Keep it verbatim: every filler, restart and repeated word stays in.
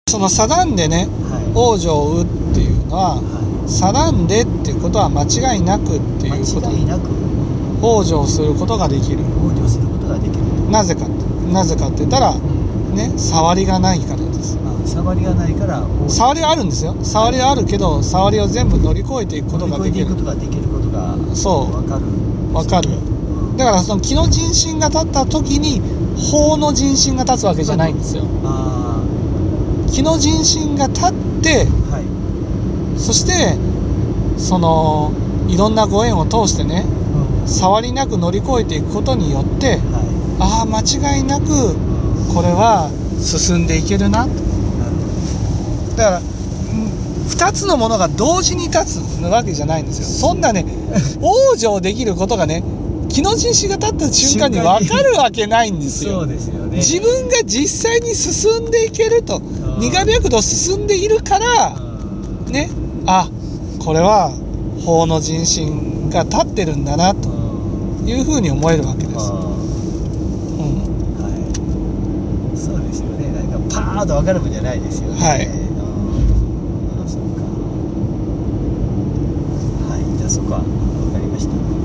その定んでね、 はい、 往生を追うっていうのは、はい、定んでっていうことは間違いなくっていうこと、 間違いなく往生することができる。 往生することができる。 なぜかってなぜかって言ったら、うん、ね、触りがないからです。 あ、触りがないから触りはあるんですよ。触りはあるけど、はい、触りを全部乗り越えていくことができる。 乗り越えていくことができることがそう分かる。 分かる。だからその気の人心が立った時に法の人心が立つわけじゃないんですよ。 あ、 気の人心が立って、はい、そしてそのいろんなご縁を通してね、うん、触りなく乗り越えていくことによって、はい、ああ間違いなくこれは進んでいけるなと。だからふたつのものが同時に立つわけじゃないんですよ。そんなね往生できることがね、気の人心が立った瞬間に分かるわけないんですよ。 そうですよね。 自分が実際に進んでいけると、にが脈度進んでいるからね、あ、これは法の人心が立ってるんだなというふうに思えるわけです。うん、 はい、そうですよね。なんかパーッと分かるもんじゃないですよね。 はい。 ああ、そうか。はい、じゃあそこは分かりました。